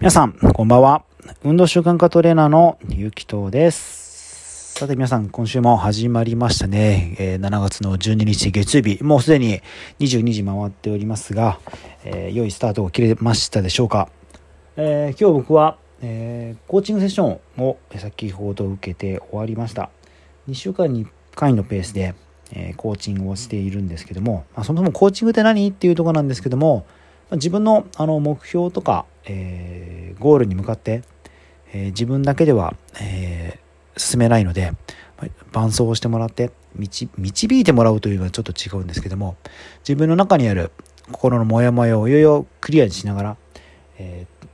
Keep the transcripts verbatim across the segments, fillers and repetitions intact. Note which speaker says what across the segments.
Speaker 1: 皆さんこんばんは。運動習慣化トレーナーのゆきとです。さて皆さん、今週も始まりましたね。えー、しちがつのじゅうににち月曜日、もうすでににじゅうにじ回っておりますが、えー、良いスタートが切れましたでしょうか。えー、今日僕は、えー、コーチングセッションを先ほど受けて終わりました。にしゅうかんにいっかいのペースで、えー、コーチングをしているんですけども、まあ、そもそもコーチングって何っていうところなんですけども、自分のあの目標とか、えー、ゴールに向かって、えー、自分だけでは、えー、進めないので、伴走をしてもらって導導いてもらうというのはちょっと違うんですけども、自分の中にある心のモヤモヤをいよいよクリアにしながら、えー、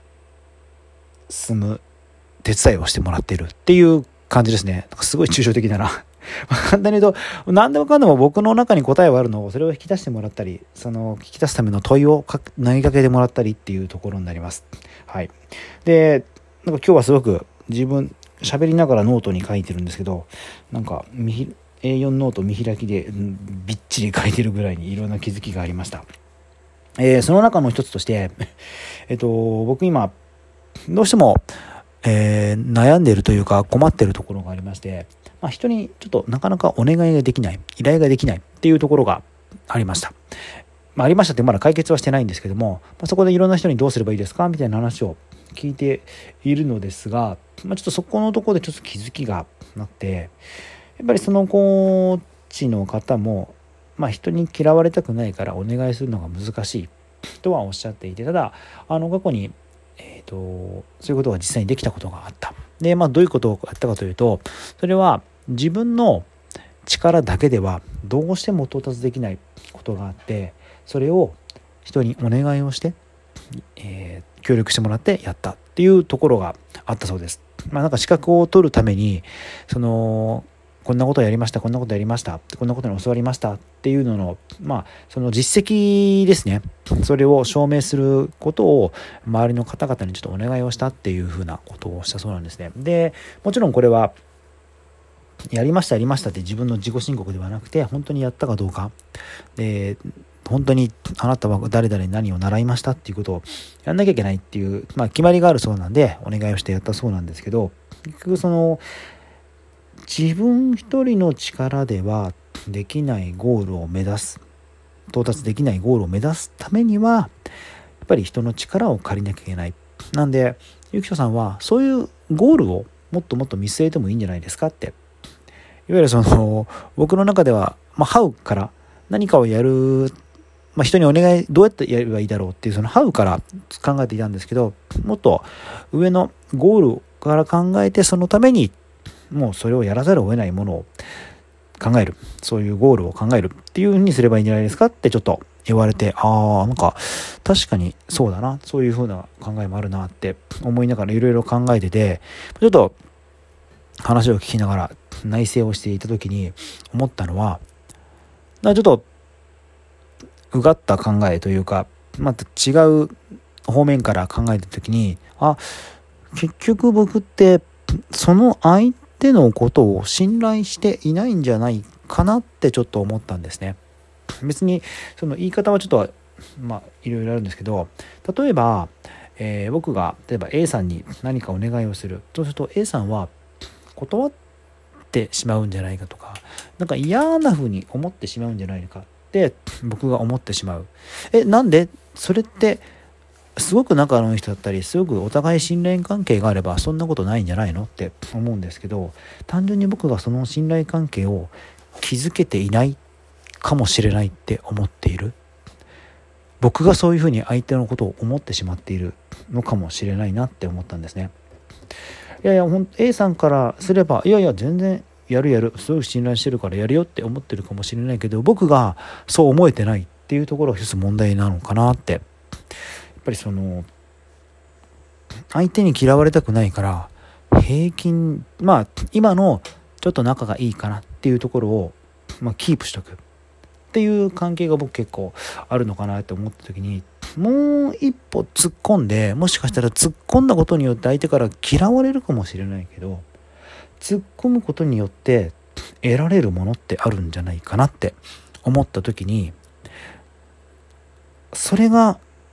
Speaker 1: 進む手伝いをしてもらっているっていう感じですね。すごい抽象的だな。簡単に言うと、何でもかんでも僕の中に答えはあるのを、それを引き出してもらったり、その聞き出すための問いを投げかけてもらったりっていうところになります。はい。で、なんか今日はすごく自分喋りながらノートに書いてるんですけど、なんか エーよん ノート見開きでびっちり書いてるぐらいにいろんな気づきがありました。えー、その中の一つとして、えっと僕今どうしても、えー、悩んでいるというか困っているところがありまして、まあ、人にちょっとなかなかお願いができない、依頼ができないっていうところがありました。まあ、ありましたってまだ解決はしてないんですけども、まあ、そこでいろんな人にどうすればいいですかみたいな話を聞いているのですが、まあ、ちょっとそこのところでちょっと気づきがあって、やっぱりそのコーチの方も、まあ、人に嫌われたくないからお願いするのが難しいとはおっしゃっていて、ただあの過去にえーと、そういうことが実際にできたことがあった。で、まあどういうことをやったかというと、それは自分の力だけではどうしても到達できないことがあって、それを人にお願いをして、えー、協力してもらってやったっていうところがあったそうです。まあなんか資格を取るために、そのこんなことをやりました、こんなことやりました、こんなことに教わりましたっていうのの、まあ、その実績ですね。それを証明することを周りの方々にちょっとお願いをしたっていうふうなことをしたそうなんですね。で、もちろんこれは、やりましたやりましたって自分の自己申告ではなくて、本当にやったかどうか。で、本当にあなたは誰々に何を習いましたっていうことをやんなきゃいけないっていう、まあ決まりがあるそうなんで、お願いをしてやったそうなんですけど、結局その、自分一人の力ではできないゴールを目指す、到達できないゴールを目指すためにはやっぱり人の力を借りなきゃいけない。なんでゆきとさんはそういうゴールをもっともっと見据えてもいいんじゃないですかって、いわゆるその僕の中では、まあ、How から何かをやる、まあ、人にお願いどうやってやればいいだろうっていうその How から考えていたんですけど、もっと上のゴールから考えて、そのためにもうそれをやらざるを得ないものを考える、そういうゴールを考えるっていう風にすればいいんじゃないですかってちょっと言われて、ああなんか確かにそうだな、そういう風な考えもあるなって思いながらいろいろ考えてて、ちょっと話を聞きながら内省をしていた時に思ったのは、ちょっとうがった考えというか、また違う方面から考えた時に、あ、結局僕ってその相手のことを信頼していないんじゃないかなってちょっと思ったんですね。別にその言い方はちょっとまあいろいろあるんですけど、例えば、えー、僕が例えば A さんに何かお願いをするとすると A さんは断ってしまうんじゃないかとか、なんか嫌な風に思ってしまうんじゃないかって僕が思ってしまう。え、なんで？それってすごく仲のいい人だったり、すごくお互い信頼関係があればそんなことないんじゃないのって思うんですけど、単純に僕がその信頼関係を築けていないかもしれないって思っている。僕がそういうふうに相手のことを思ってしまっているのかもしれないなって思ったんですね。いやいや、A さんからすれば、いやいや全然やるやる、すごい信頼してるからやるよって思ってるかもしれないけど、僕がそう思えてないっていうところが一つ問題なのかなって。やっぱりその相手に嫌われたくないから平均、まあ今のちょっと仲がいいかなっていうところを、まあ、キープしとくっていう関係が僕結構あるのかなって思った時に、もう一歩突っ込んで、もしかしたら突っ込んだことによって相手から嫌われるかもしれないけど、突っ込むことによって得られるものってあるんじゃないかなって思った時に、それが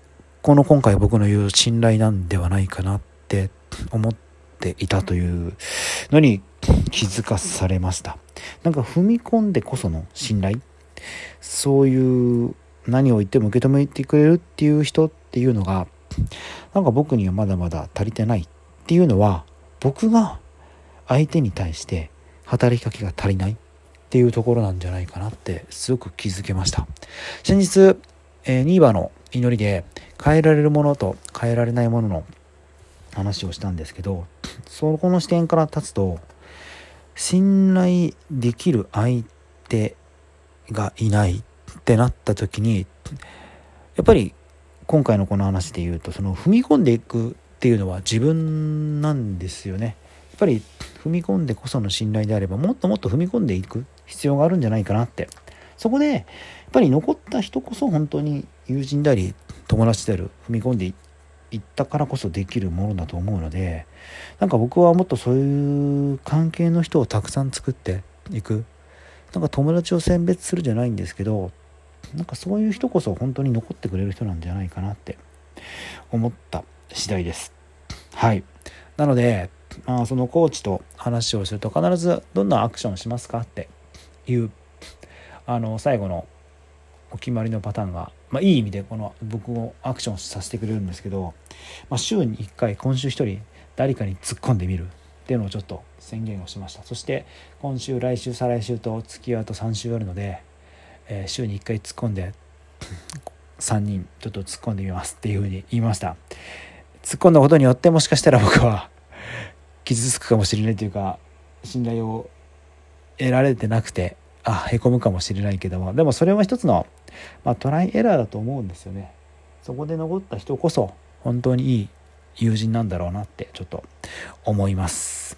Speaker 1: この今回僕の言う信頼なんではないかなって思っていたというのに気づかされました。なんか踏み込んでこその信頼、そういう何を言っても受け止めてくれるっていう人っていうのがなんか僕にはまだまだ足りてないっていうのは、僕が相手に対して働きかけが足りないっていうところなんじゃないかなってすごく気づけました。先日、えー、ニーバの祈りで変えられるものと変えられないものの話をしたんですけど、そこの視点から立つと、信頼できる相手がいないってなった時に、やっぱり今回のこの話で言うと、その踏み込んでいくっていうのは自分なんですよね。やっぱり踏み込んでこその信頼であれば、もっともっと踏み込んでいく必要があるんじゃないかなって。そこでやっぱり残った人こそ本当に友人であり友達である、踏み込んでいったからこそできるものだと思うので、なんか僕はもっとそういう関係の人をたくさん作っていく、なんか友達を選別するじゃないんですけど、なんかそういう人こそ本当に残ってくれる人なんじゃないかなって思った次第です。はい。なので、まあ、そのコーチと話をすると必ずどんなアクションしますかっていうあの最後のお決まりのパターンが、まあ、いい意味でこの僕をアクションさせてくれるんですけど、まあ、週にいっかい今週ひとり誰かに突っ込んでみるっていうのをちょっと宣言をしました。そして今週来週再来週と付き合うとさん週あるので、えー、週にいっかい突っ込んでさんにんちょっと突っ込んでみますっていうふうに言いました。突っ込んだことによってもしかしたら僕は傷つくかもしれないというか、信頼を得られてなくてあへこむかもしれないけども、でもそれは一つの、まあ、トライエラーだと思うんですよね。そこで残った人こそ本当にいい友人なんだろうなってちょっと思います。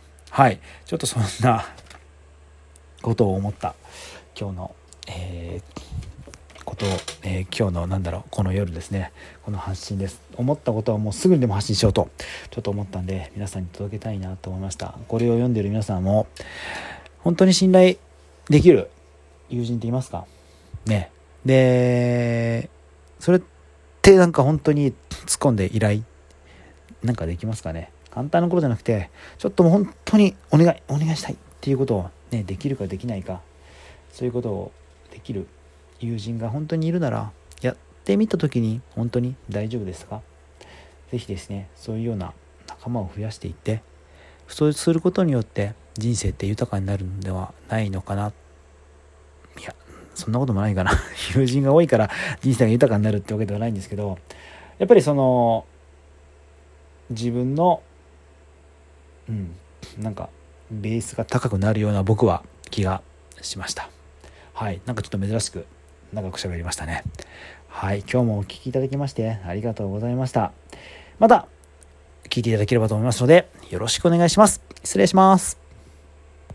Speaker 1: はい、ちょっとそんなことを思った今日の、えー、ことを、えー、今日のなんだろうこの夜ですね、この発信です。思ったことはもうすぐにでも発信しようとちょっと思ったんで、皆さんに届けたいなと思いました。これを読んでいる皆さんも本当に信頼できる友人っていますかね。でそれってなんか本当に突っ込んで依頼なんかできますかね。簡単なことじゃなくて、ちょっともう本当にお願いお願いしたいっていうことをね、できるかできないか、そういうことをできる友人が本当にいるなら、やってみた時に本当に大丈夫ですか。ぜひですね、そういうような仲間を増やしていって、そうすることによって人生って豊かになるのではないのかな。いやそんなこともないかな友人が多いから人生が豊かになるってわけではないんですけど、やっぱりその自分のうんなんかベースが高くなるような僕は気がしました。はい、なんかちょっと珍しく長く喋りましたね。はい、今日もお聞きいただきましてありがとうございました。また聞いていただければと思いますのでよろしくお願いします。失礼します。